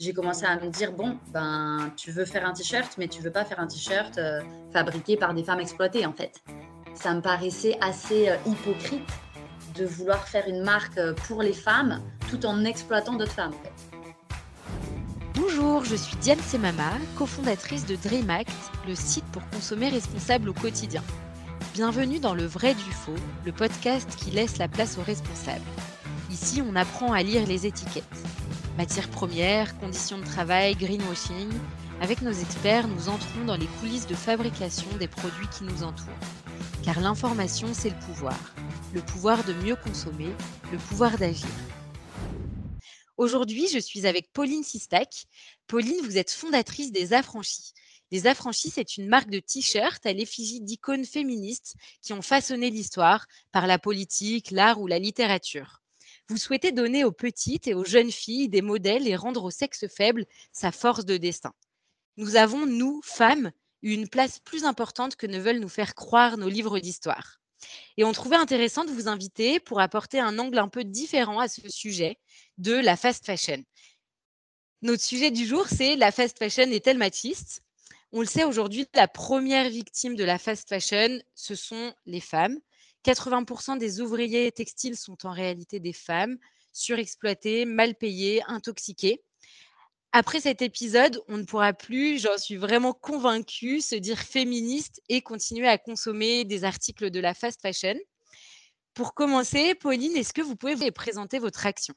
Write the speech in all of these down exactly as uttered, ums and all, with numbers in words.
j'ai commencé à me dire: «Bon, ben, tu veux faire un t-shirt, mais tu veux pas faire un t-shirt, heu, fabriqué par des femmes exploitées, en fait». Ça me paraissait assez, heu, hypocrite de vouloir faire une marque, heu, pour les femmes, tout en exploitant d'autres femmes, en fait. Bonjour, je suis Diane Semama, cofondatrice de DreamAct, le site pour consommer responsable au quotidien. Bienvenue dans Le Vrai du Faux, le podcast qui laisse la place aux responsables. Ici, on apprend à lire les étiquettes. Matières premières, conditions de travail, greenwashing. Avec nos experts, nous entrons dans les coulisses de fabrication des produits qui nous entourent. Car l'information, c'est le pouvoir. Le pouvoir de mieux consommer, le pouvoir d'agir. Aujourd'hui, je suis avec Pauline Sistac. Pauline, vous êtes fondatrice des Affranchis. Les Affranchis, c'est une marque de t-shirts à l'effigie d'icônes féministes qui ont façonné l'histoire par la politique, l'art ou la littérature. Vous souhaitez donner aux petites et aux jeunes filles des modèles et rendre au sexe faible sa force de destin. Nous avons, nous, femmes, eu une place plus importante que ne veulent nous faire croire nos livres d'histoire. Et on trouvait intéressant de vous inviter pour apporter un angle un peu différent à ce sujet de la fast fashion. Notre sujet du jour, c'est la fast fashion est-elle machiste? On le sait aujourd'hui, la première victime de la fast fashion, ce sont les femmes. quatre-vingts pour cent des ouvriers textiles sont en réalité des femmes, surexploitées, mal payées, intoxiquées. Après cet épisode, on ne pourra plus, j'en suis vraiment convaincue, se dire féministe et continuer à consommer des articles de la fast fashion. Pour commencer, Pauline, est-ce que vous pouvez vous présenter votre action?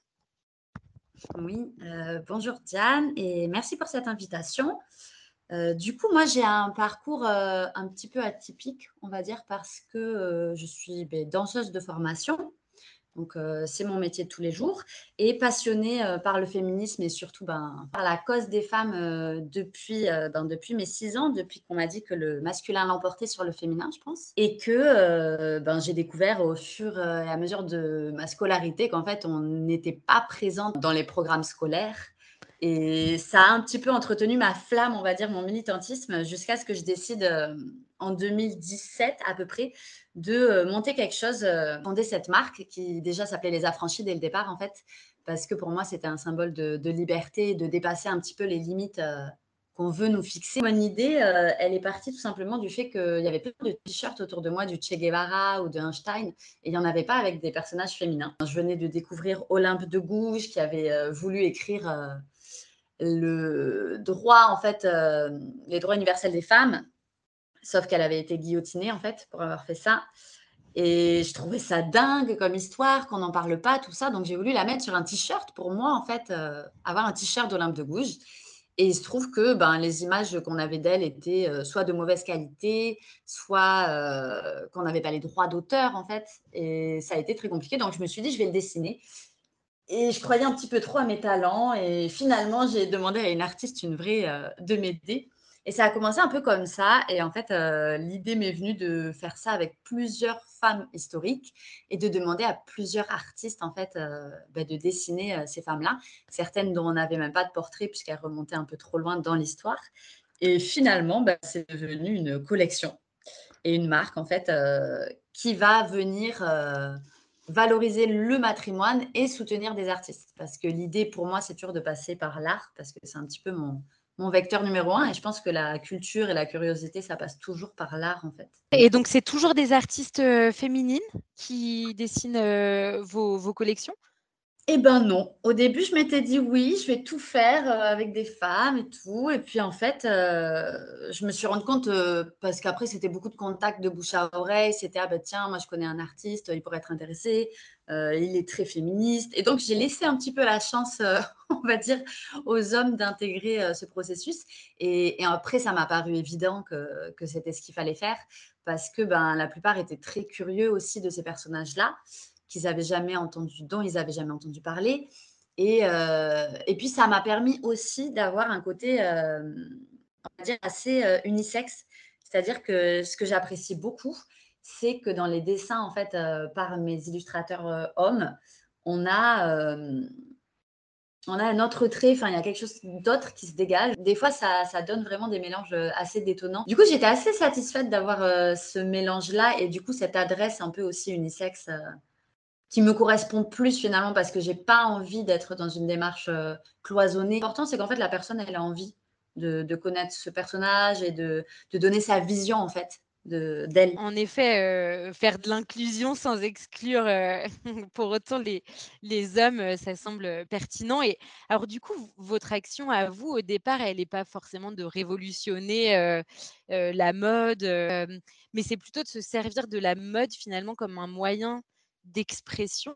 Oui, heu, bonjour Diane et merci pour cette invitation. Heu, du coup, moi, j'ai un parcours, heu, un petit peu atypique, on va dire, parce que, heu, je suis, beh, danseuse de formation. Donc, heu, c'est mon métier de tous les jours et passionnée, heu, par le féminisme et surtout, ben, par la cause des femmes, heu, depuis, heu, ben, depuis mes six ans, depuis qu'on m'a dit que le masculin l'emportait sur le féminin, je pense et que, heu, ben, j'ai découvert au fur, heu, et à mesure de ma scolarité qu'en fait, on n'était pas présente dans les programmes scolaires et ça a un petit peu entretenu ma flamme, on va dire, mon militantisme jusqu'à ce que je décide, hem, en deux mille dix-sept à peu près, de, heu, monter quelque chose, heu, fonder cette marque qui déjà s'appelait Les Affranchis dès le départ en fait, parce que pour moi c'était un symbole de de liberté, de dépasser un petit peu les limites, heu, qu'on veut nous fixer. Mon idée, heu, elle est partie tout simplement du fait qu'il y avait plein de t-shirts autour de moi du Che Guevara ou de Einstein et il y en avait pas avec des personnages féminins. Je venais de découvrir Olympe de Gouges qui avait, heu, voulu écrire, heu, le droit en fait, hem, les droits universels des femmes, sauf qu'elle avait été guillotinée en fait pour avoir fait ça et je trouvais ça dingue comme histoire, qu'on n'en parle pas, tout ça. Donc j'ai voulu la mettre sur un t-shirt pour moi, en fait, heu, avoir un t-shirt d'Olympe de Gouges et il se trouve que, ben, les images qu'on avait d'elle étaient, heu, soit de mauvaise qualité, soit, heu, qu'on n'avait pas les droits d'auteur, en fait et ça a été très compliqué. Donc je me suis dit: «Je vais le dessiner» et je croyais un petit peu trop à mes talents et finalement, j'ai demandé à une artiste, une vraie, heu, de m'aider et ça a commencé un peu comme ça et en fait, heu, l'idée m'est venue de faire ça avec plusieurs femmes historiques et de demander à plusieurs artistes, en fait, heu, bah, de dessiner, heu, ces femmes-là. Certaines dont on n'avait même pas de portrait puisqu'elles remontaient un peu trop loin dans l'histoire et finalement, bah, c'est devenu une collection et une marque, en fait, heu, qui va venir, heu, valoriser le matrimoine et soutenir des artistes. Parce que l'idée pour moi, c'est toujours de passer par l'art parce que c'est un petit peu mon mon vecteur numéro un et je pense que la culture et la curiosité, ça passe toujours par l'art, en fait. Et donc, c'est toujours des artistes, heu, féminines qui dessinent, heu, vos vos collections? Eh ben non. Au début, je m'étais dit: «Oui, je vais tout faire, heu, avec des femmes et tout» et puis en fait, heu, je me suis rendue compte, heu, parce qu'après c'était beaucoup de contacts de bouche à oreille, c'était: «Ah bah tiens, moi je connais un artiste, il pourrait être intéressé, heu, il est très féministe» et donc j'ai laissé un petit peu la chance, heu, on va dire, aux hommes d'intégrer, heu, ce processus et et après ça m'a paru évident que que c'était ce qu'il fallait faire parce que, ben, la plupart étaient très curieux aussi de ces personnages-là qu'ils avaient jamais entendu dont ils avaient jamais entendu parler et heu et puis ça m'a permis aussi d'avoir un côté, hem, on va dire assez, heu, unisexe. C'est-à-dire que ce que j'apprécie beaucoup, c'est que dans les dessins, en fait, heu, par mes illustrateurs, heu, hommes, on a, hem, on a un autre trait, enfin, il y a quelque chose d'autre qui se dégage. Des fois, ça ça donne vraiment des mélanges, heu, assez détonnants. Du coup, j'étais assez satisfaite d'avoir, heu, ce mélange-là et du coup, cette adresse un peu aussi unisexe, heu qui me correspond plus finalement parce que j'ai pas envie d'être dans une démarche, heu, cloisonnée. L'important, c'est qu'en fait, la personne, elle a envie de de connaître ce personnage et de de donner sa vision en fait de d'elle. En effet, heu, faire de l'inclusion sans exclure, heu, pour autant les les hommes, heu, ça semble, heu, pertinent et alors du coup, v votre action à vous, au départ, elle est pas forcément de révolutionner, heu heu, la mode, hem, mais c'est plutôt de se servir de la mode finalement comme un moyen d'expression.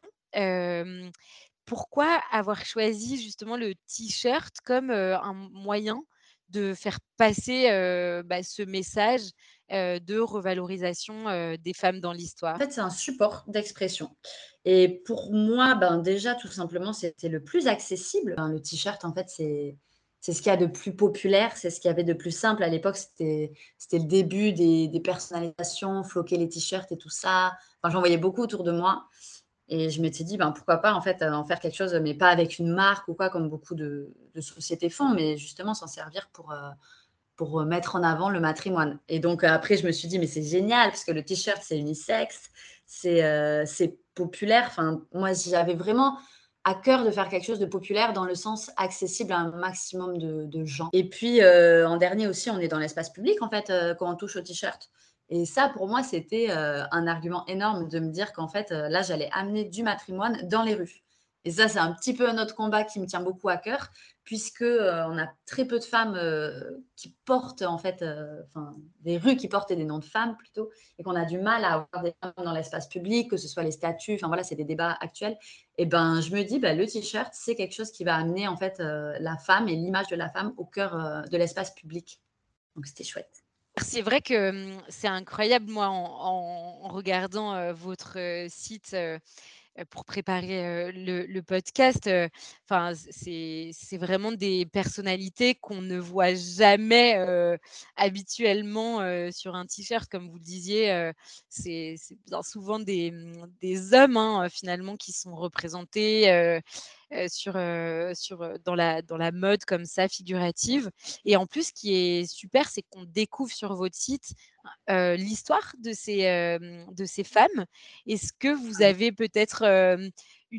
Hem, Pourquoi avoir choisi justement le t-shirt comme, heu, un moyen de faire passer, heu, bah, ce message, heu, de revalorisation, heu, des femmes dans En l'histoire? fait, c'est un support d'expression et pour moi, ben, déjà, tout simplement, c'était le plus accessible. Ben, le t-shirt, en fait, c'est c'est ce qu'il y a de plus populaire, c'est ce qu'il y avait de plus simple. À l'époque, c'était c'était le début des des personnalisations, floquer les t-shirts et tout ça. Enfin, j'en voyais beaucoup autour de moi et je m'étais dit: «Ben, pourquoi pas, en fait, heu, en faire quelque chose, mais pas avec une marque ou quoi, comme beaucoup de de sociétés font, mais justement s'en servir pour, heu, pour, mettre en avant le matrimoine» et donc, heu, après je me suis dit: «Mais c'est génial» parce que le t-shirt, c'est unisexe, c'est, heu, c'est populaire. Enfin, moi, j'avais vraiment à cœur de faire quelque chose de populaire dans le sens accessible à un maximum de de gens et puis, heu, en dernier aussi, on est dans l'espace public, en fait, heu, quand on touche au t-shirt et ça, pour moi, c'était, heu, un argument énorme de me dire qu'en fait, heu, là, j'allais amener du matrimoine dans les rues et ça, c'est un petit peu un autre combat qui me tient beaucoup à cœur puisque, heu, on a très peu de femmes, heu, qui portent en fait, heu, enfin des rues qui portent des noms de femmes plutôt et qu'on a du mal à avoir des femmes dans l'espace public, que ce soit les statuts, enfin voilà, c'est des débats actuels et ben, je me dis: «Bah, le t-shirt, c'est quelque chose qui va amener en fait, heu, la femme et l'image de la femme au cœur, heu, de l'espace public». Donc c'était chouette. C'est vrai que, mmh, c'est incroyable, moi, en en en regardant, heu, votre, heu, site, heu heu, pour préparer, heu, le le podcast, heu, enfin, c'est c'est vraiment des personnalités qu'on ne voit jamais, heu, habituellement, heu, sur un t-shirt. Comme vous le disiez, heu, c'est c'est bien souvent des, mmh, des hommes, hein, finalement, qui sont représentés, heu heu, sur, heu sur, heu, dans la dans la mode comme ça, figurative et en plus, ce qui est super, c'est qu'on découvre sur votre site, heu, l'histoire de ces, hem, de ces femmes. Est-ce que vous avez peut-être, hem,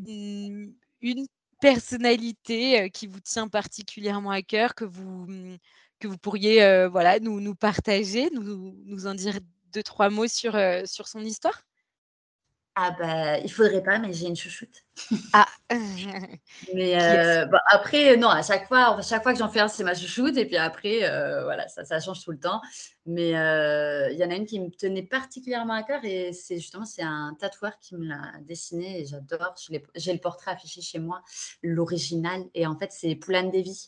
une une personnalité, heu, qui vous tient particulièrement à cœur, que vous, mmh, que vous pourriez, heu, voilà, nous nous partager, nous nous en dire deux trois mots sur, heu, sur son histoire? Ah bah, il faudrait pas, mais j'ai une chouchoute. Ah! Mais Qui est-ce? heu, bah, après, non, à chaque fois enfin, chaque fois que j'en fais un, c'est ma chouchoute et puis après, heu, voilà, ça ça change tout le temps. Mais heu, il y en a une qui me tenait particulièrement à cœur et c'est justement, c'est un tatoueur qui me l'a dessinée et j'adore. Je l'ai j'ai le portrait affiché chez moi, l'original et en fait, c'est Phoolan Devi.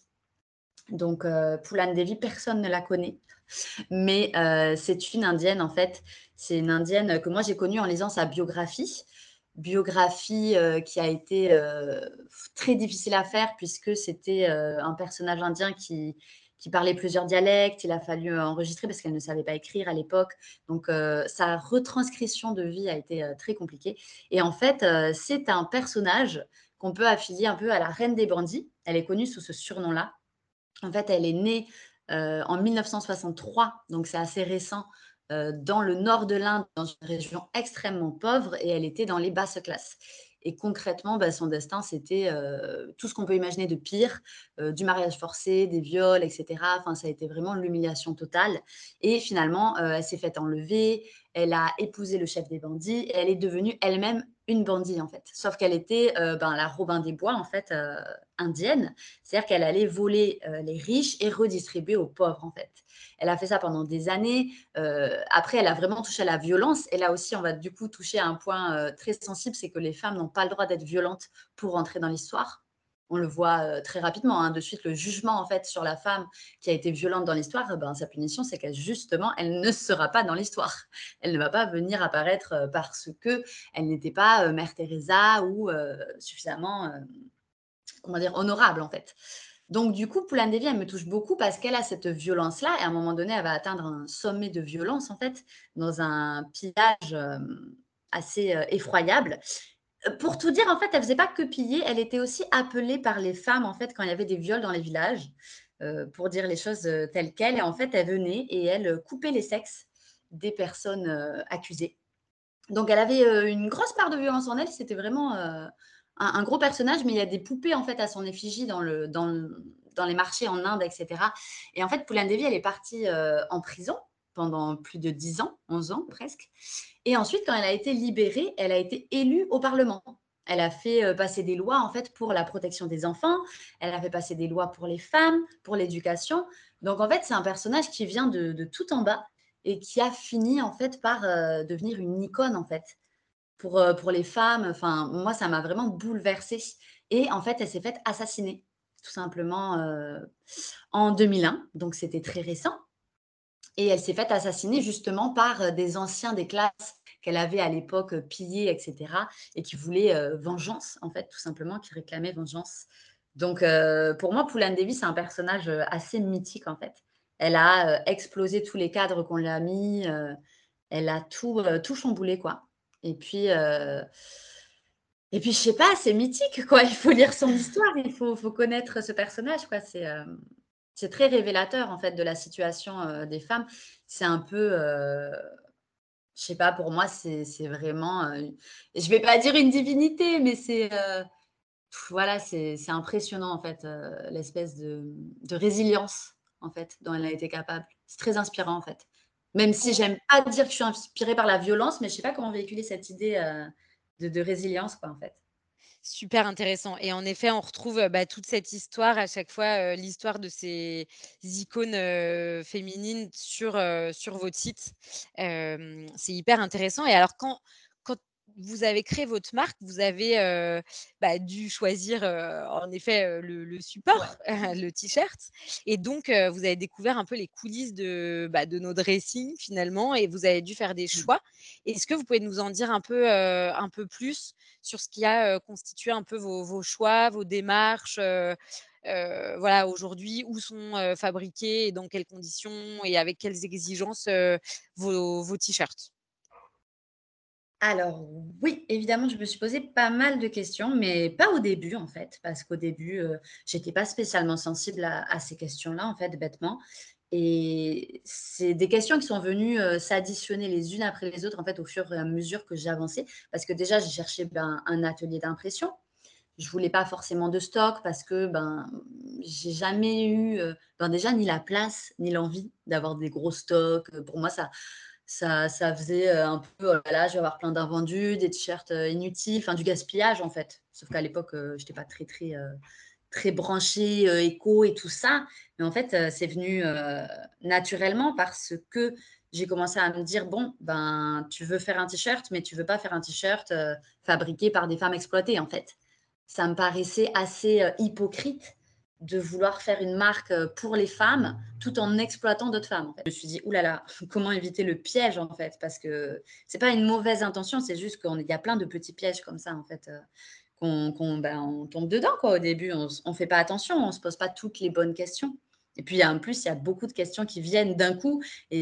Donc heu, Phoolan Devi, personne ne la connaît, mais heu, c'est une indienne, en fait. C'est une indienne que moi j'ai connue en lisant sa biographie. Biographie, heu, qui a été, heu, très difficile à faire puisque c'était, heu, un personnage indien qui qui parlait plusieurs dialectes. Il a fallu, heu, enregistrer parce qu'elle ne savait pas écrire à l'époque. Donc heu, sa retranscription de vie a été, heu, très compliquée et en fait, heu, c'est un personnage qu'on peut affilier un peu à la reine des bandits. Elle est connue sous ce surnom-là. En fait, elle est née, heu, en mille neuf cent soixante-trois, donc c'est assez récent, heu, dans le nord de l'Inde, dans une région extrêmement pauvre et elle était dans les basses classes et concrètement, bah, son destin, c'était, heu, tout ce qu'on peut imaginer de pire, heu, du mariage forcé, des viols et cetera. Enfin, ça a été vraiment l'humiliation totale et finalement, heu, elle s'est faite enlever, elle a épousé le chef des bandits et elle est devenue elle-même une bandit, en fait. Sauf qu'elle était, heu, ben, la Robin des Bois, en fait, heu, indienne, c'est-à-dire qu'elle allait voler, heu, les riches et redistribuer aux pauvres, en fait. Elle a fait ça pendant des années, heu, après elle a vraiment touché à la violence et là aussi on va du coup toucher à un point, heu, très sensible, c'est que les femmes n'ont pas le droit d'être violentes pour rentrer dans l'histoire. On le voit, heu, très rapidement, hein, de suite le jugement en fait sur la femme qui a été violente dans l'histoire, eh ben, sa punition c'est qu'elle justement, elle ne sera pas dans l'histoire. Elle ne va pas venir apparaître, heu, parce qu'elle n'était pas, heu, mère Teresa ou, heu, suffisamment, heu, comment dire? Honorable en fait. Donc du coup, Poulain Devi, elle me touche beaucoup parce qu'elle a cette violence-là et à un moment donné, elle va atteindre un sommet de violence, en fait, dans un pillage, hem, assez, heu, effroyable. Heu, pour tout dire, en fait, elle faisait pas que piller, elle était aussi appelée par les femmes, en fait, quand il y avait des viols dans les villages, heu, pour dire les choses, heu, telles quelles et en fait, elle venait et elle, heu, coupait les sexes des personnes, heu, accusées Donc elle avait, heu, une grosse part de violence en elle, c'était vraiment, heu, un un gros personnage, mais il y a des poupées, en fait, à son effigie dans le dans l dans les marchés en Inde et cetera et en fait, Poulain Devi, elle est partie, heu, en prison pendant plus de dix ans, onze ans presque et ensuite, quand elle a été libérée, elle a été élue au parlement. Elle a fait, heu, passer des lois, en fait, pour la protection des enfants, elle a fait passer des lois pour les femmes, pour l'éducation. Donc en fait, c'est un personnage qui vient de de tout en bas et qui a fini, en fait, par, heu, devenir une icône, en fait, pour, heu, pour les femmes. Enfin, moi, ça m'a vraiment bouleversée et en fait, elle s'est faite assassiner, tout simplement, heu, en deux mille un, donc c'était très récent et elle s'est faite assassiner justement par, heu, des anciens des classes qu'elle avait à l'époque, heu, pillées et cetera et qui voulaient, heu, vengeance, en fait, tout simplement, qui réclamaient vengeance. Donc heu, pour moi, Poulain Devi, c'est un personnage, heu, assez mythique, en fait. Elle a, heu, explosé tous les cadres qu'on lui a mis, heu, elle a tout, heu, tout chamboulé, quoi et puis, heu et puis je sais pas, c'est mythique, quoi. Il faut lire son histoire, il faut faut connaître ce personnage, quoi. C'est, hem, c'est très révélateur, en fait, de la situation, heu, des femmes. C'est un peu, heu, je sais pas, pour moi, c'est c'est vraiment, heu, je vais pas dire une divinité, mais c'est, heu, voilà, c'est c'est impressionnant, en fait, heu, l'espèce de, mmh, de résilience, en fait, dont elle a été capable. C'est très inspirant, en fait. Même si j'aime pas dire que je suis inspirée par la violence, mais je sais pas comment véhiculer cette idée, heu, de de résilience, quoi, en fait. Super intéressant et en effet, on retrouve, heu, bah, toute cette histoire à chaque fois, heu, l'histoire de ces icônes, heu, féminines sur, heu, sur votre site. Hem, c'est hyper intéressant et alors quand quand vous avez créé votre marque, vous avez, heu, bah, dû choisir, heu, en effet, heu, le le Ouais. support, le t-shirt et donc heu, vous avez découvert un peu les coulisses de, bah, de nos dressings finalement et vous avez dû faire des Mmh. choix. Est-ce que vous pouvez nous en dire un peu, heu, un peu plus sur ce qui a, heu, constitué un peu vos vos choix, vos démarches, heu heu, voilà, aujourd'hui, où sont, heu, fabriqués et dans quelles conditions et avec quelles exigences, heu, vos vos t-shirts? Alors oui, évidemment, je me suis posé pas mal de questions, mais pas au début, en fait, parce qu'au début, heu, j'étais pas spécialement sensible à à ces questions-là, en fait, bêtement et c'est des questions qui sont venues, heu, s'additionner les unes après les autres, en fait, au fur et à mesure que j'avançais. Parce que déjà, j'ai cherché, ben, un atelier d'impression. Je voulais pas forcément de stock parce que, ben, j'ai jamais eu, heu, ben, déjà ni la place, ni l'envie d'avoir des gros stocks, heu, pour moi ça ça ça faisait, heu, un peu, oh là là, je vais avoir plein d'invendus, des t-shirts, heu, inutiles, enfin du gaspillage en fait. Sauf qu'à l'époque, heu, j'étais pas très, très, heu, très branchée, heu, éco et tout ça. Mais en fait, heu, c'est venu, heu, naturellement parce que j'ai commencé à me dire: «Bon, ben, tu veux faire un t-shirt, mais tu veux pas faire un t-shirt, heu, fabriqué par des femmes exploitées» en fait. Ça me paraissait assez, heu, hypocrite de vouloir faire une marque, heu, pour les femmes, tout en exploitant d'autres femmes, en fait. Je me suis dit: «Ouh là là, comment éviter le piège, en fait?» parce que c'est pas une mauvaise intention, c'est juste qu'on il y a plein de petits pièges comme ça, en fait, heu, qu'on qu'on, ben, on tombe dedans, quoi, au début. On s on fait pas attention, on se pose pas toutes les bonnes questions et puis, en plus, il y a beaucoup de questions qui viennent d'un coup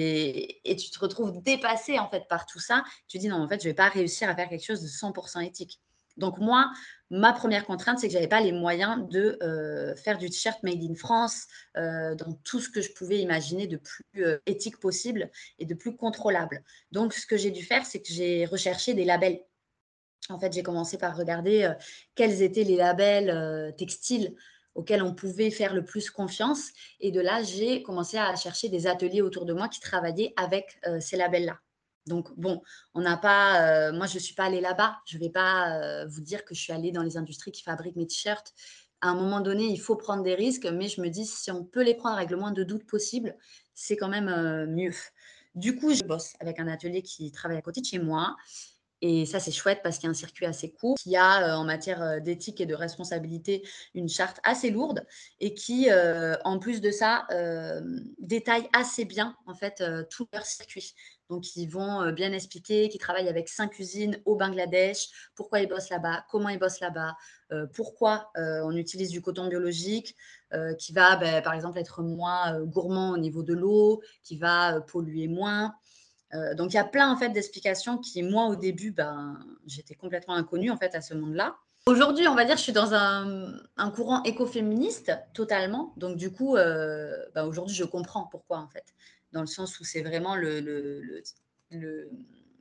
et et tu te retrouves dépassé, en fait, par tout ça. Tu dis: «Non, en fait, je vais pas réussir à faire quelque chose de cent pour cent éthique». Donc moi, ma première contrainte, c'est que j'avais pas les moyens de, heu, faire du t-shirt made in France, heu, dans tout ce que je pouvais imaginer de plus, heu, éthique possible et de plus contrôlable. Donc ce que j'ai dû faire, c'est que j'ai recherché des labels. En fait, j'ai commencé par regarder, heu, quels étaient les labels, heu, textiles auxquels on pouvait faire le plus confiance et de là, j'ai commencé à chercher des ateliers autour de moi qui travaillaient avec, heu, ces labels-là. Donc bon, on n'a pas, heu, moi je ne suis pas allée là-bas. Je ne vais pas, heu, vous dire que je suis allée dans les industries qui fabriquent mes t-shirts. À un moment donné, il faut prendre des risques, mais je me dis: «Si on peut les prendre avec le moins de doute possible, c'est quand même, heu, mieux». Du coup, je bosse avec un atelier qui travaille à côté de chez moi et ça, c'est chouette parce qu'il y a un circuit assez court, qui a, heu, en matière, heu, d'éthique et de responsabilité, une charte assez lourde et qui, heu, en plus de ça, hem, détaille assez bien, en fait, heu, tout leur circuit. Donc ils vont, heu, bien expliquer qu'ils travaillent avec cinq usines au Bangladesh, pourquoi ils bossent là-bas, comment ils bossent là-bas, heu, pourquoi, heu, on utilise du coton biologique, heu, qui va, beh, par exemple, être moins, heu, gourmand au niveau de l'eau, qui va, heu, polluer moins. Heu, donc il y a plein en fait d'explications qui moi au début, ben, j'étais complètement inconnue en fait à ce monde-là. Aujourd'hui, on va dire, je suis dans un un courant écoféministe totalement, donc du coup, heu, bah, aujourd'hui je comprends pourquoi en fait. Dans le sens où c'est vraiment le le le le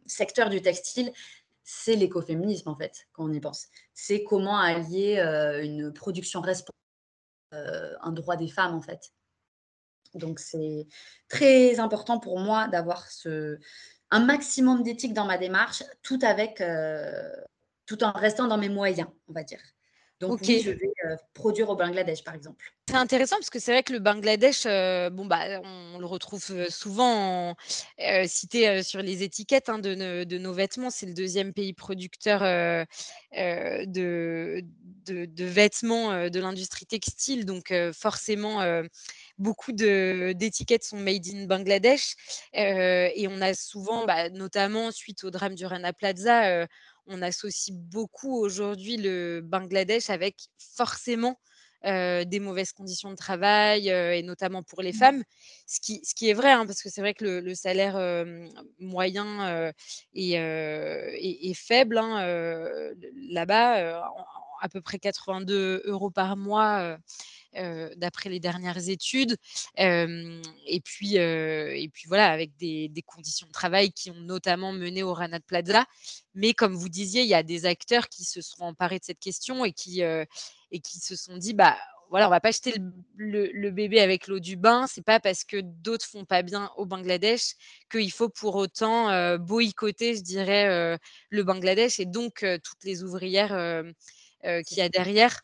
secteur du textile, c'est l'écoféminisme, en fait, quand on y pense. C'est comment allier, heu, une production responsable, heu, un droit des femmes, en fait. Donc c'est très important pour moi d'avoir ce un maximum d'éthique dans ma démarche, tout avec, heu, tout en restant dans mes moyens, on va dire. Donc oui, OK. je vais, heu, produire au Bangladesh, par exemple. C'est intéressant parce que c'est vrai que le Bangladesh, heu, bon, bah, on le retrouve, heu, souvent en heu, cité, heu, sur les étiquettes, hein, de ne de nos vêtements. C'est le deuxième pays producteur, heu heu, de de de vêtements, heu, de l'industrie textile, donc heu, forcément, heu, beaucoup de d'étiquettes sont made in Bangladesh, heu et on a souvent, bah, notamment suite au drame du Rana Plaza, heu, on associe beaucoup aujourd'hui le Bangladesh avec forcément, heu, des mauvaises conditions de travail, heu et notamment pour les Mmh. femmes. Ce qui ce qui est vrai, hein, parce que c'est vrai que le le salaire, hem, moyen, heu, est, heu, est est faible, hein, heu, là-bas, heu, en à peu près quatre-vingt-deux euros par mois, heu heu, d'après les dernières études. Hem et puis, heu et puis voilà, avec des des conditions de travail qui ont notamment mené au Rana Plaza. Mais comme vous disiez, il y a des acteurs qui se sont emparés de cette question et qui, heu et qui se sont dit: «Bah, voilà, on va pas jeter le le le bébé avec l'eau du bain. C'est pas parce que d'autres font pas bien au Bangladesh qu'il faut pour autant, heu, boycotter», je dirais, heu, le Bangladesh et donc heu, toutes les ouvrières, hem, heu, C'est qu'il y a ça. derrière.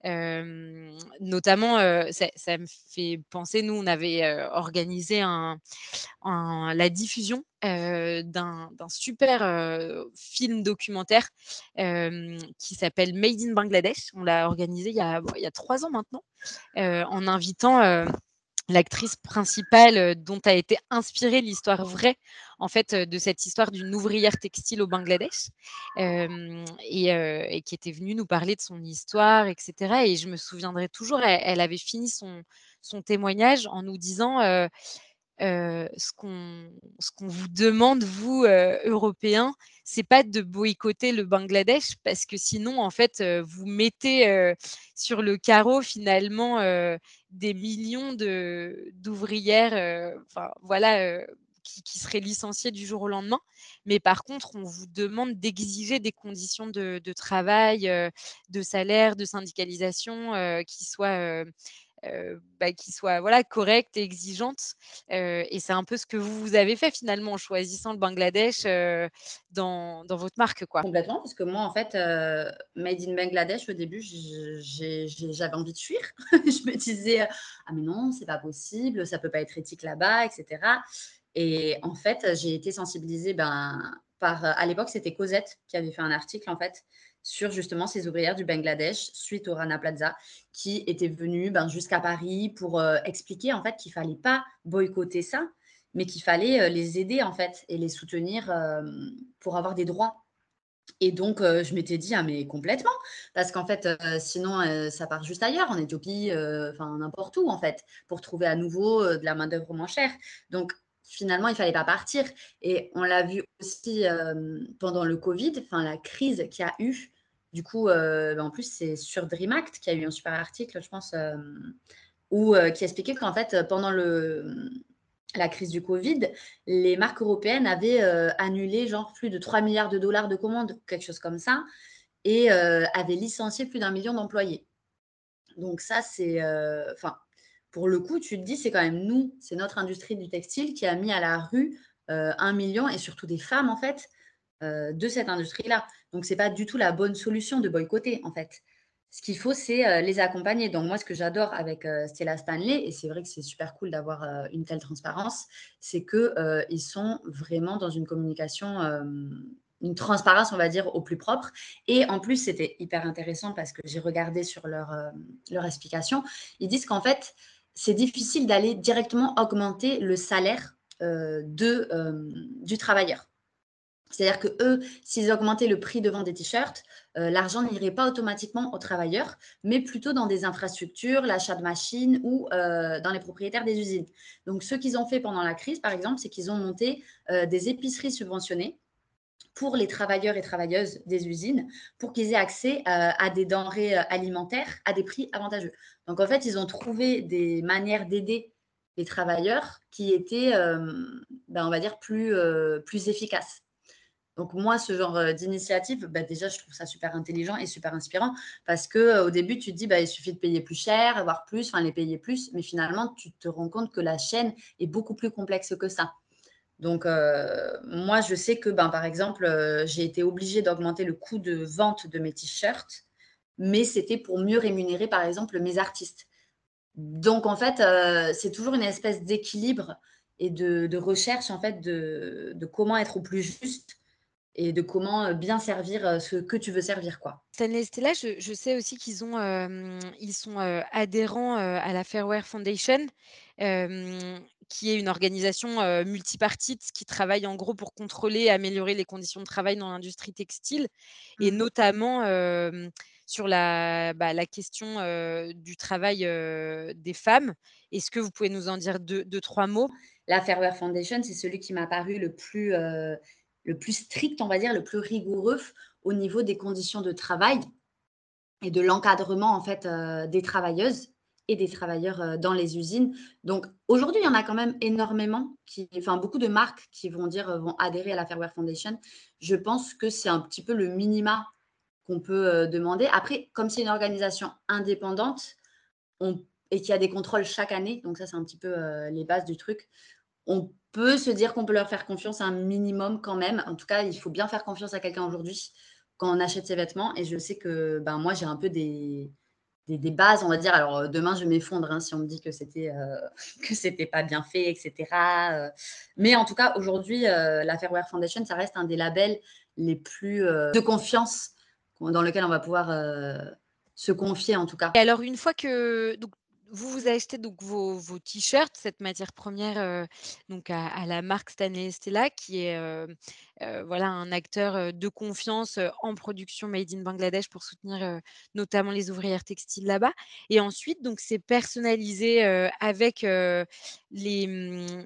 Hem, notamment, heu, ça ça me fait penser, nous, on avait, heu, organisé un un la diffusion, heu, d'un d'un super, heu, film documentaire, hem, qui s'appelle Made in Bangladesh. On l'a organisé il y a, bon, il y a trois ans maintenant, heu, en invitant, heu, l'actrice principale, heu, dont a été inspirée l'histoire vraie, en fait, heu, de cette histoire d'une ouvrière textile au Bangladesh, hem et heu et qui était venue nous parler de son histoire et cetera et je me souviendrai toujours, elle elle avait fini son son témoignage en nous disant, heu Heu, ce qu'on ce qu'on vous demande, vous, heu, Européens, c'est pas de boycotter le Bangladesh parce que sinon, en fait, heu, vous mettez, heu, sur le carreau finalement, heu, des millions de d'ouvrières, heu, enfin voilà, heu, qui qui seraient licenciées du jour au lendemain. Mais par contre, on vous demande d'exiger des conditions de de travail, heu, de salaire, de syndicalisation, heu, qui soient, heu heu, bah, qui soient, voilà, correctes et exigeantes, heu et c'est un peu ce que vous, vous avez fait finalement en choisissant le Bangladesh, heu, dans dans votre marque, quoi. Complètement, parce que moi, en fait, heu, made in Bangladesh, au début, je j'ai j'ai j'avais envie de fuir. Je me disais, heu: «Ah mais non, c'est pas possible, ça peut pas être éthique là-bas» et cetera et en fait, j'ai été sensibilisée, ben, par, à l'époque, c'était Cosette qui avait fait un article, en fait, sur justement ces ouvrières du Bangladesh suite au Rana Plaza, qui étaient venues, ben, jusqu'à Paris pour, heu, expliquer, en fait, qu'il fallait pas boycotter ça, mais qu'il fallait, heu, les aider, en fait et les soutenir, hem, pour avoir des droits. Et donc, heu, je m'étais dit: «Ah mais complètement!» parce qu'en fait, heu, sinon, heu, ça part juste ailleurs, en Éthiopie, heu, enfin n'importe où en fait, pour trouver à nouveau, heu, de la main-d'œuvre moins chère. Donc finalement, il fallait pas partir et on l'a vu aussi, hem, pendant le covid, enfin la crise qu'il y a eu. Du coup, heu, bah, en plus, c'est sur DreamHack qui a eu un super article, je pense, hem, où, heu, qui expliquait qu'en fait, pendant le, la crise du Covid, les marques européennes avaient, heu, annulé genre plus de trois milliards de dollars de commandes, quelque chose comme ça et heu, avaient licencié plus d'un million d'employés. Donc ça, c'est, heu, enfin, pour le coup, tu te dis: «C'est quand même nous, c'est notre industrie du textile qui a mis à la rue, heu, un million et surtout des femmes, en fait, heu, de cette industrie-là». Donc c'est pas du tout la bonne solution de boycotter, en fait. Ce qu'il faut, c'est, heu, les accompagner. Donc moi, ce que j'adore avec, heu, Stella Stanley et c'est vrai que c'est super cool d'avoir, heu, une telle transparence, c'est que, heu, ils sont vraiment dans une communication, hem, une transparence, on va dire, au plus propre et en plus, c'était hyper intéressant parce que j'ai regardé sur leur, hem, leur explication. Ils disent qu'en fait, c'est difficile d'aller directement augmenter le salaire, heu, de, hem, du travailleur. C'est-à-dire que eux, s'ils augmentaient le prix de vente des t-shirts, heu, l'argent n'irait pas automatiquement aux travailleurs, mais plutôt dans des infrastructures, l'achat de machines ou, heu, dans les propriétaires des usines. Donc ce qu'ils ont fait pendant la crise, par exemple, c'est qu'ils ont monté, heu, des épiceries subventionnées pour les travailleurs et travailleuses des usines, pour qu'ils aient accès, heu, à des denrées, heu, alimentaires à des prix avantageux. Donc en fait, ils ont trouvé des manières d'aider les travailleurs qui étaient, hem, ben, on va dire plus, heu, plus efficaces. Donc moi, ce genre, heu, d'initiative, bah, déjà, je trouve ça super intelligent et super inspirant parce que, heu, au début, tu te dis: «Bah, il suffit de payer plus cher, avoir plus, enfin les payer plus», mais finalement, tu te rends compte que la chaîne est beaucoup plus complexe que ça. Donc, heu, moi, je sais que, ben, par exemple, heu, j'ai été obligée d'augmenter le coût de vente de mes t-shirts, mais c'était pour mieux rémunérer, par exemple, mes artistes. Donc en fait, heu, c'est toujours une espèce d'équilibre et de de recherche, en fait, de de comment être au plus juste et de comment, heu, bien servir, heu, ce que tu veux servir, quoi. Stanley et Stella, je je sais aussi qu'ils ont, hem, ils sont, heu, adhérents, heu, à la Fairwear Foundation, hem, qui est une organisation, heu, multipartite qui travaille en gros pour contrôler et améliorer les conditions de travail dans l'industrie textile et Mmh. notamment, hem, sur la, bah, la question, heu, du travail, heu, des femmes. Est-ce que vous pouvez nous en dire deux, deux, trois mots? La Fairwear Foundation, c'est celui qui m'a paru le plus, heu, le plus strict, on va dire, le plus rigoureux au niveau des conditions de travail et de l'encadrement, en fait, heu, des travailleuses et des travailleurs, heu, dans les usines. Donc aujourd'hui, il y en a quand même énormément qui enfin beaucoup de marques qui vont dire, heu, vont adhérer à la Fairwear Foundation. Je pense que c'est un petit peu le minima qu'on peut, heu, demander. Après, comme c'est une organisation indépendante, on et qu'il y a des contrôles chaque année, donc ça, c'est un petit peu, heu, les bases du truc. On peut se dire qu'on peut leur faire confiance un minimum quand même. En tout cas, il faut bien faire confiance à quelqu'un aujourd'hui quand on achète ses vêtements et je sais que, ben, moi, j'ai un peu des des des bases, on va dire. Alors, heu, demain, je vais m'effondre, hein, si on me dit que c'était, heu, que c'était pas bien fait et cetera, heu, mais en tout cas, aujourd'hui, heu, la Fairwear Foundation, ça reste un des labels les plus, heu, de confiance qu'on dans lequel on va pouvoir, heu, se confier, en tout cas. Et alors une fois que donc vous, vous achetez donc vos vos t-shirts, cette matière première, heu, donc à à la marque Stanley et Stella qui est, heu heu, voilà un acteur, heu, de confiance, heu, en production made in Bangladesh pour soutenir, heu, notamment les ouvrières textiles là-bas et ensuite donc c'est personnalisé, heu, avec, heu, les, mmh,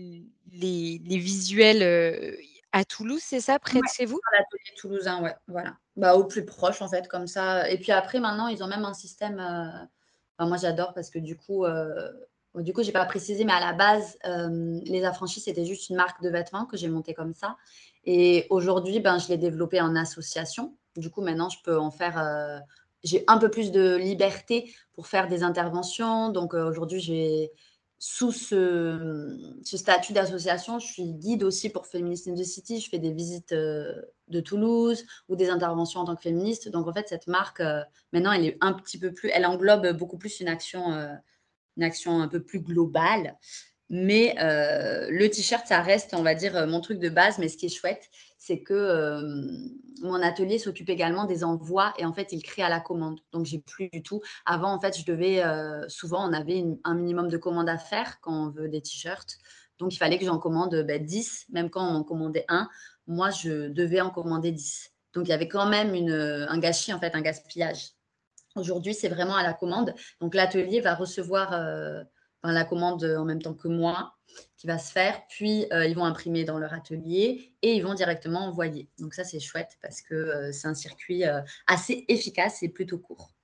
les les visuels, heu, à Toulouse, c'est ça? Ouais, Près de chez vous? dans l'atelier toulousain, ouais, voilà. Bah, au plus proche, en fait, comme ça et puis après, maintenant, ils ont même un système, heu enfin, moi, j'adore parce que du coup, heu, du coup, j'ai pas précisé, mais à la base, hem, Les Affranchis, c'était juste une marque de vêtements que j'ai montée comme ça et aujourd'hui, ben, je l'ai développée en association. Du coup, maintenant, je peux en faire, heu j'ai un peu plus de liberté pour faire des interventions. Donc, heu, aujourd'hui, j'ai sous ce, mmh, ce statut d'association, je suis guide aussi pour Feminist in the City. Je fais des visites, heu, de Toulouse ou des interventions en tant que féministe. Donc en fait, cette marque, heu, maintenant, elle est un petit peu plus elle englobe beaucoup plus une action, heu, une action un peu plus globale. Mais heu, le t-shirt, ça reste, on va dire, heu, mon truc de base. Mais ce qui est chouette, c'est que, hem, mon atelier s'occupe également des envois et en fait, il crée à la commande. Donc j'ai plus du tout avant, en fait, je devais, heu, souvent, on avait une un minimum de commandes à faire quand on veut des t-shirts. Donc il fallait que j'en commande, heu, bah, dix, même quand on en commandait un, moi, je devais en commander dix. Donc il y avait quand même une, heu, un gâchis, en fait, un gaspillage. Aujourd'hui, c'est vraiment à la commande. Donc l'atelier va recevoir, heu, ben, la commande, heu, en même temps que moi, qui va se faire. Puis, heu, ils vont imprimer dans leur atelier et ils vont directement envoyer. Donc ça, c'est chouette parce que, heu, c'est un circuit, heu, assez efficace et plutôt court.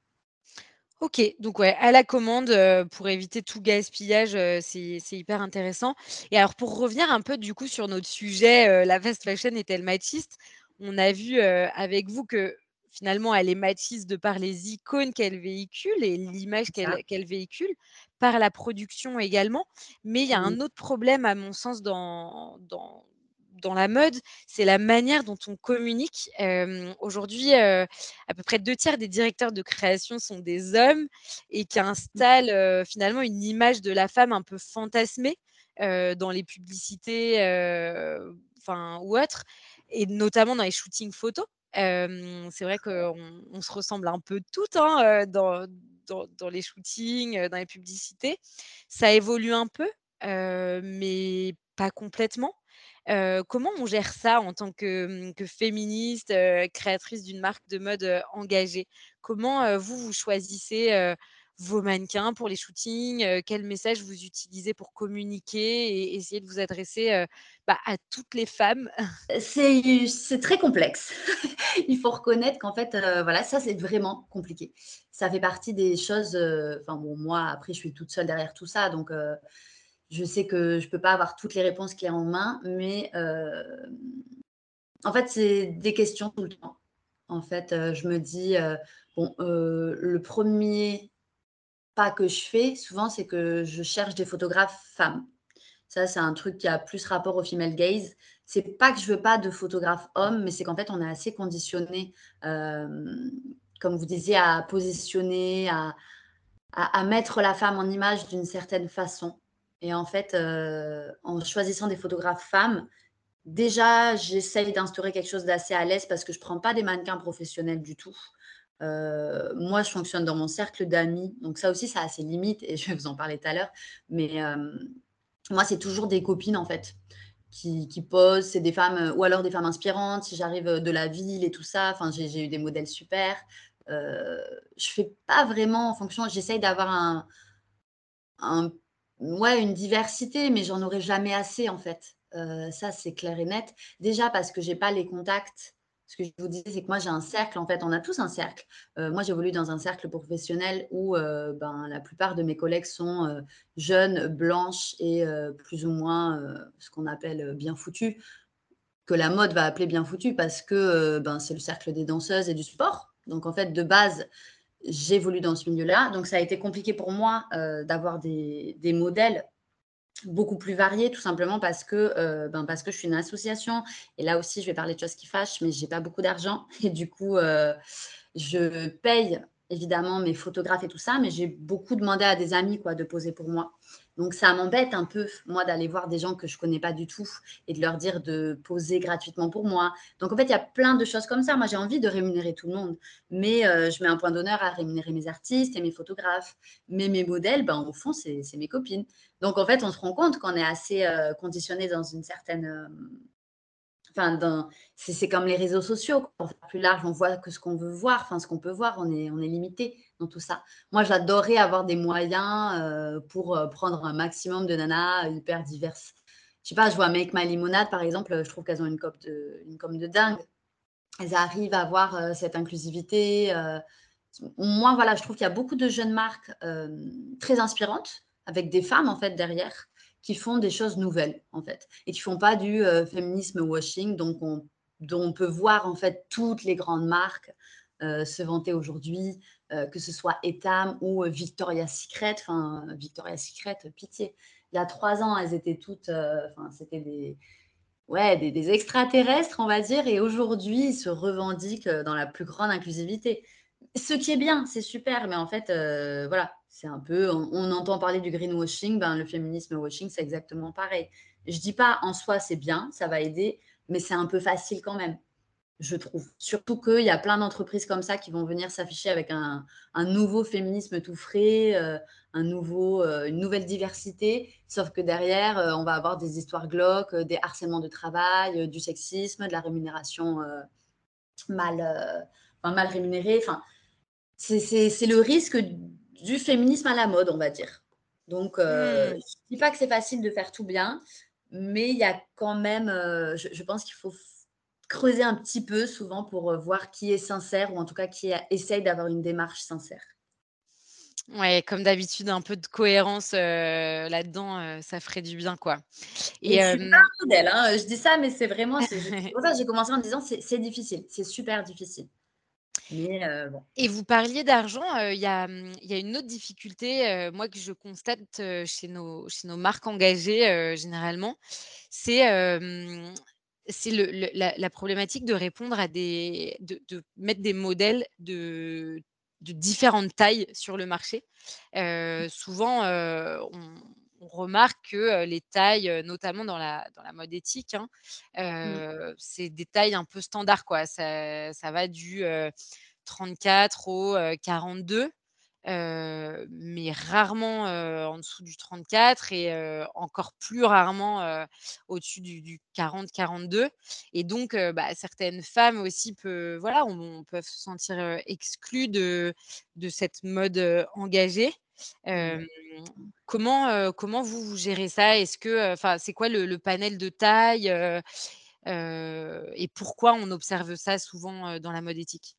OK, donc ouais, à la commande, heu, pour éviter tout gaspillage, heu, c'est c'est hyper intéressant et alors pour revenir un peu du coup sur notre sujet, heu, la fast fashion est-elle machiste? On a vu, heu, avec vous que finalement elle est machiste de par les icônes qu'elle véhicule et l'image C'est ça. qu'elle qu'elle véhicule, par la production également. Mais il y a Mmh. un autre problème à mon sens dans dans dans la mode, c'est la manière dont on communique. Hem, aujourd'hui, heu, à peu près deux tiers des directeurs de création sont des hommes et qui installent, heu, finalement une image de la femme un peu fantasmée, heu, dans les publicités, heu, enfin ou autres et notamment dans les shootings photos. Hem, c'est vrai qu'on on se ressemble un peu toutes, hein, heu, dans dans dans les shootings, heu, dans les publicités. Ça évolue un peu, heu, mais pas complètement. Heu, comment on gère ça en tant que, mmh, que féministe, heu, créatrice d'une marque de mode, heu, engagée? Comment, heu, vous, vous choisissez, heu, vos mannequins pour les shootings? Heu, quel message vous utilisez pour communiquer et essayer de vous adresser, heu, bah, à toutes les femmes? C'est c'est très complexe. Il faut reconnaître qu'en fait, heu, voilà, ça, c'est vraiment compliqué. Ça fait partie des choses, heu, enfin bon, moi, après, je suis toute seule derrière tout ça, donc heu, je sais que je peux pas avoir toutes les réponses clés en main, mais hem En fait, c'est des questions tout le temps. En fait, heu, je me dis, heu, bon, heu, le premier pas que je fais souvent, c'est que je cherche des photographes femmes. Ça, c'est un truc qui a plus rapport au female gaze. C'est pas que je veux pas de photographes hommes, mais c'est qu'en fait, on est assez conditionné, hem, comme vous disiez, à positionner, à à à mettre la femme en image d'une certaine façon et en fait, heu, en choisissant des photographes femmes, déjà, j'essaye d'instaurer quelque chose d'assez à l'aise parce que je prends pas des mannequins professionnels du tout. Heu, moi, je fonctionne dans mon cercle d'amis, donc ça aussi, ça a ses limites et je vais vous en parler tout à l'heure. Mais, hem, moi, c'est toujours des copines, en fait, qui qui posent. C'est des femmes, heu, ou alors des femmes inspirantes, si j'arrive, heu, de la ville et tout ça. Enfin, j'ai j'ai eu des modèles super. Heu, je fais pas vraiment en fonction j'essaye d'avoir un un ouais, une diversité, mais j'en aurai jamais assez, en fait. Heu, ça, c'est clair et net. Déjà parce que j'ai pas les contacts. Ce que je vous disais, c'est que moi, j'ai un cercle, en fait, on a tous un cercle. Heu, moi, j'évolue dans un cercle professionnel où, heu, ben, la plupart de mes collègues sont, heu, jeunes, blanches et heu, plus ou moins, heu, ce qu'on appelle, heu, bien foutues, que la mode va appeler bien foutues parce que, heu, ben, c'est le cercle des danseuses et du sport. Donc en fait, de base, j'évolue dans ce milieu-là, donc ça a été compliqué pour moi, heu, d'avoir des des modèles beaucoup plus variés, tout simplement parce que, heu, ben, parce que je suis une association et là aussi, je vais parler de choses qui fâchent, mais j'ai pas beaucoup d'argent et du coup, heu, je paye évidemment mes photographes et tout ça, mais j'ai beaucoup demandé à des amis, quoi, de poser pour moi. Donc ça m'embête un peu, moi, d'aller voir des gens que je connais pas du tout et de leur dire de poser gratuitement pour moi. Donc en fait, il y a plein de choses comme ça. Moi, j'ai envie de rémunérer tout le monde, mais heu, je mets un point d'honneur à rémunérer mes artistes et mes photographes. Mais mes modèles, ben, au fond, c'est c'est mes copines. Donc en fait, on se rend compte qu'on est assez, heu, conditionnés dans une certaine, hem enfin, dans c'est c'est comme les réseaux sociaux, quoi. Pour faire plus large, on voit que ce qu'on veut voir, enfin ce qu'on peut voir, on est on est limité dans tout ça. Moi, j'adorerais avoir des moyens, heu, pour, heu, prendre un maximum de nanas hyper diverses. Je sais pas, je vois Make My Lemonade, par exemple, heu, je trouve qu'elles ont une com de une com de dingue. Elles arrivent à avoir, heu, cette inclusivité, heu, moi, voilà, je trouve qu'il y a beaucoup de jeunes marques, hem, très inspirantes, avec des femmes, en fait, derrière, qui font des choses nouvelles, en fait et qui font pas du, heu, féminisme washing, donc on dont on peut voir, en fait, toutes les grandes marques, heu, se vanter aujourd'hui, heu, que ce soit Etam ou, heu, Victoria's Secret. Enfin, Victoria's Secret, pitié. Il y a trois ans, elles étaient toutes, heu, enfin, c'était des ouais, des des extraterrestres, on va dire et aujourd'hui, ils se revendiquent, heu, dans la plus grande inclusivité. Ce qui est bien, c'est super, mais en fait, heu, voilà, c'est un peu on on entend parler du greenwashing, ben, le féminisme washing, c'est exactement pareil. Je dis pas en soi, c'est bien, ça va aider, mais c'est un peu facile quand même. Je trouve. Surtout qu'il y a plein d'entreprises comme ça qui vont venir s'afficher avec un un nouveau féminisme tout frais, heu, un nouveau, heu, une nouvelle diversité. Sauf que derrière, heu, on va avoir des histoires glauques, heu, des harcèlements de travail, heu, du sexisme, de la rémunération, heu, mal, heu, enfin mal rémunérée. Enfin, c'est c'est c'est le risque du féminisme à la mode, on va dire. Donc, heu, Mmh. je dis pas que c'est facile de faire tout bien, mais il y a quand même, heu, je je pense qu'il faut f creuser un petit peu souvent pour, heu, voir qui est sincère ou en tout cas qui a essaye d'avoir une démarche sincère. Ouais, comme d'habitude, un peu de cohérence, heu, là-dedans, heu, ça ferait du bien, quoi et Et je suis pas hem un modèle, hein, je dis ça, mais c'est vraiment c'est je c'est pour ça que j'ai commencé en disant: «C'est c'est difficile, c'est super difficile». Mais, heu, bon. et vous parliez d'argent, heu, il y a, mmh, il y a une autre difficulté, heu, moi, que je constate, heu, chez nos chez nos marques engagées, heu, généralement, c'est, hem, c'est le le la la problématique de répondre à des de de mettre des modèles de de différentes tailles sur le marché. Heu, souvent, heu, on on remarque que, heu, les tailles, heu, notamment dans la dans la mode éthique, hein, Mmh. heu, c'est des tailles un peu standards, quoi. Ça ça va du, heu, trente-quatre au, heu, quarante-deux, heu, mais rarement, heu, en dessous du trente-quatre et heu, encore plus rarement, heu, au-dessus du du quarante quarante-deux et donc heu, bah, certaines femmes aussi peu voilà, on peuvent se sentir, heu, exclues de de cette mode, heu, engagée. Hem, Ouais. comment, heu, comment vous, vous gérez ça? Est-ce que, enfin, c'est quoi le le panel de taille, heu heu et pourquoi on observe ça souvent, heu, dans la mode éthique?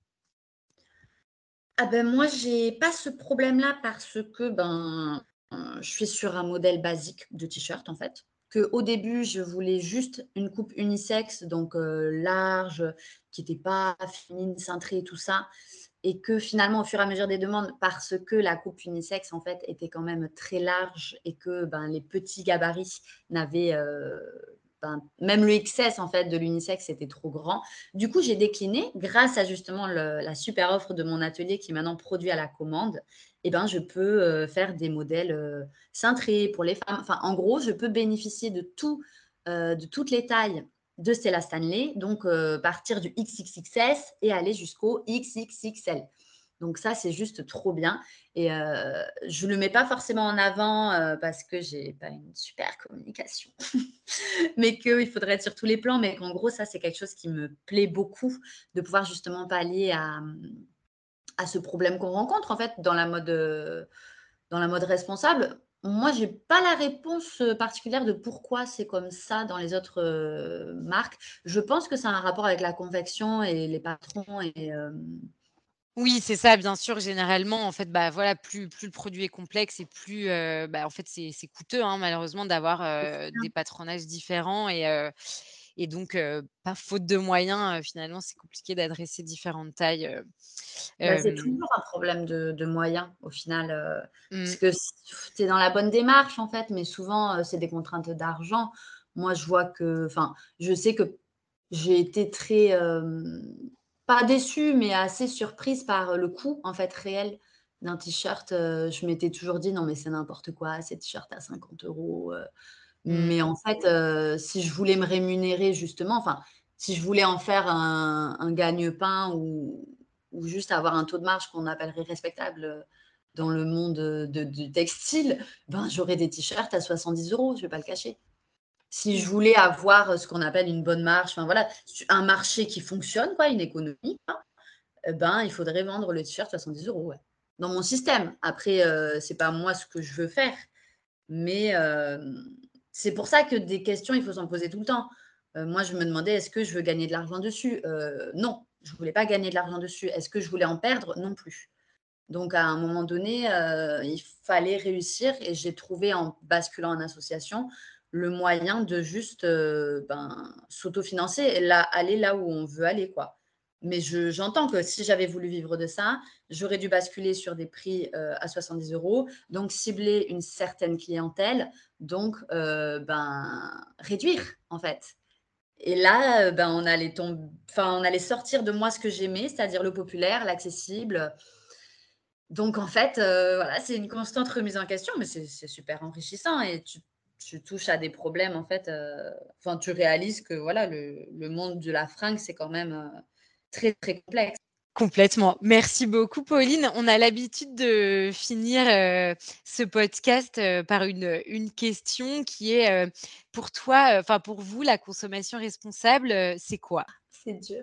Ah ben, moi, j'ai pas ce problème-là parce que, ben, heu, je suis sur un modèle basique de t-shirt, en fait. qu'au début, je voulais juste une coupe unisexe, donc heu, large, qui était pas féminine, cintrée et tout ça et que finalement, au fur et à mesure des demandes, parce que la coupe unisexe, en fait, était quand même très large et que, ben, les petits gabarits n'avaient, heu, ben, même le X S, en fait, de l'unisexe, c'était trop grand. Du coup, j'ai décliné grâce à justement le la super offre de mon atelier qui est maintenant produit à la commande et ben, je peux, heu, faire des modèles, heu, cintrés pour les femmes. Enfin, en gros, je peux bénéficier de tout, heu, de toutes les tailles de Stella Stanley, donc heu, partir du X X X S et aller jusqu'au X X X L. Donc ça, c'est juste trop bien et heu, je le mets pas forcément en avant, heu, parce que j'ai pas une super communication, mais qu'il faudrait être sur tous les plans, mais qu'en gros, ça, c'est quelque chose qui me plaît beaucoup, de pouvoir justement pallier à, mmh, à ce problème qu'on rencontre, en fait, dans la mode, heu, dans la mode responsable. Moi, j'ai pas la réponse, heu, particulière de pourquoi c'est comme ça dans les autres, heu, marques. Je pense que ça a un rapport avec la confection et les patrons et hem Oui, c'est ça, bien sûr. Généralement, en fait, bah, voilà, plus plus le produit est complexe et plus, heu, bah, en fait, c'est c'est coûteux, hein, malheureusement d'avoir, heu, des patronages différents et heu et donc heu, par faute de moyens, heu, finalement, c'est compliqué d'adresser différentes tailles, heu, Bah, c'est hem, toujours un problème de de moyens au final, heu, parce mmh, que s tu es dans la bonne démarche en fait, mais souvent, heu, c'est des contraintes d'argent. Moi, je vois que enfin, je sais que j'ai été très, hem, pas déçue, mais assez surprise par, le coût en fait réel d'un t-shirt, heu, je m'étais toujours dit: «Non mais c'est n'importe quoi, ces t-shirts à cinquante euros €», heu, mais mmh, en fait, heu, si je voulais me rémunérer justement, enfin, si je voulais en faire un un gagne-pain ou ou juste avoir un taux de marge qu'on appellerait respectable, heu, dans le monde, heu, de du textile, ben, j'aurais des t-shirts à soixante-dix euros. Je vais pas le cacher. Si je mmh. voulais avoir, heu, ce qu'on appelle une bonne marge, enfin voilà, su un marché qui fonctionne quoi, une économie quoi, et ben, il faudrait vendre le t-shirt soixante-dix euros ouais. Dans mon système. Après, heu, c'est pas moi ce que je veux faire, mais hem, c'est pour ça que des questions, il faut s'en poser tout le temps. Heu, moi, je me demandais: «Est-ce que je veux gagner de l'argent dessus?» Heu, non, je voulais pas gagner de l'argent dessus. Est-ce que je voulais en perdre? Non plus. Donc à un moment donné, heu, il fallait réussir et j'ai trouvé en basculant en association, le moyen de juste, heu, ben, s'autofinancer et là aller là où on veut aller, quoi. Mais je j'entends que si j'avais voulu vivre de ça, j'aurais dû basculer sur des prix, heu, à soixante-dix euros, donc cibler une certaine clientèle, donc heu, ben, réduire, en fait. Et là, heu, ben, on allait tom enfin, on allait sortir de moi ce que j'aimais, c'est-à-dire le populaire, l'accessible, donc en fait, heu, voilà, c'est une constante remise en question, mais c'est c'est super enrichissant et tu tu touches à des problèmes en fait, heu, enfin tu réalises que voilà, le le monde de la fringue, c'est quand même, heu, très, très complexe. Complètement. Merci beaucoup, Pauline. On a l'habitude de finir, heu, ce podcast, heu, par une, une question qui est, heu, pour toi, heu, enfin pour vous, la consommation responsable, heu, c'est quoi? C'est dur.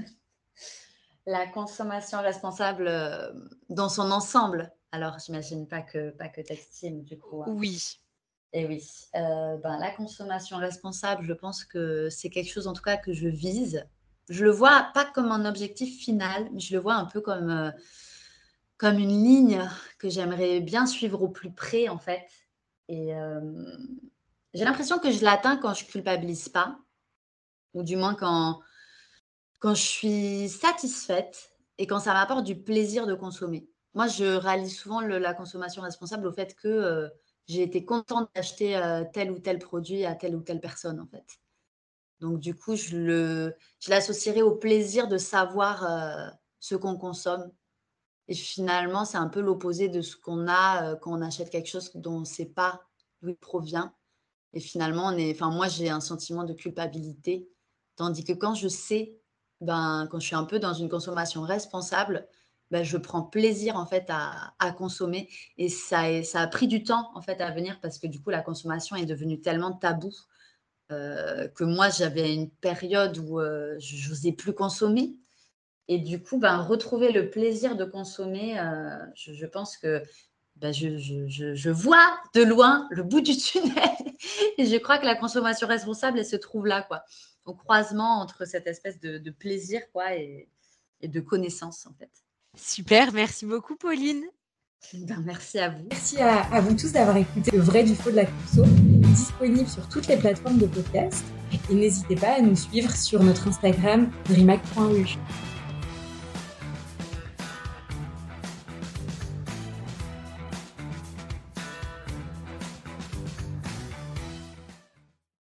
La consommation responsable, hem, dans son ensemble. Alors j'imagine pas que pas que textile du coup, hein. Oui. Et oui, heu, ben, la consommation responsable, je pense que c'est quelque chose en tout cas que je vise. Je le vois pas comme un objectif final, mais je le vois un peu comme, heu, comme une ligne que j'aimerais bien suivre au plus près en fait et hem, j'ai l'impression que je l'atteins quand je culpabilise pas ou du moins quand quand je suis satisfaite et quand ça m'apporte du plaisir de consommer. Moi, je réalise souvent le la consommation responsable au fait que, heu, j'ai été contente d'acheter, heu, tel ou tel produit à telle ou telle personne, en fait. Donc du coup, je le je l'associerai au plaisir de savoir, heu, ce qu'on consomme et finalement, c'est un peu l'opposé de ce qu'on a, heu, quand on achète quelque chose dont on ne sait pas d'où il provient et finalement, on est enfin moi, j'ai un sentiment de culpabilité, tandis que quand je sais, ben, quand je suis un peu dans une consommation responsable, ben je prends plaisir, en fait, à à consommer et ça est ça a pris du temps, en fait, à venir parce que, du coup, la consommation est devenue tellement tabou, heu, que moi, j'avais une période où, heu, j j'osais plus consommer et du coup, ben, retrouver le plaisir de consommer, heu, je je pense que bah, je je je je vois de loin le bout du tunnel et je crois que la consommation responsable, elle se trouve là, quoi, au croisement entre cette espèce de de plaisir, quoi et et de connaissance, en fait. Super, merci beaucoup, Pauline. Ben, merci à vous. Merci à, à vous tous d'avoir écouté le vrai du faux de la conso. disponible sur toutes les plateformes de podcast. Et n'hésitez pas à nous suivre sur notre Instagram dreamac point e u.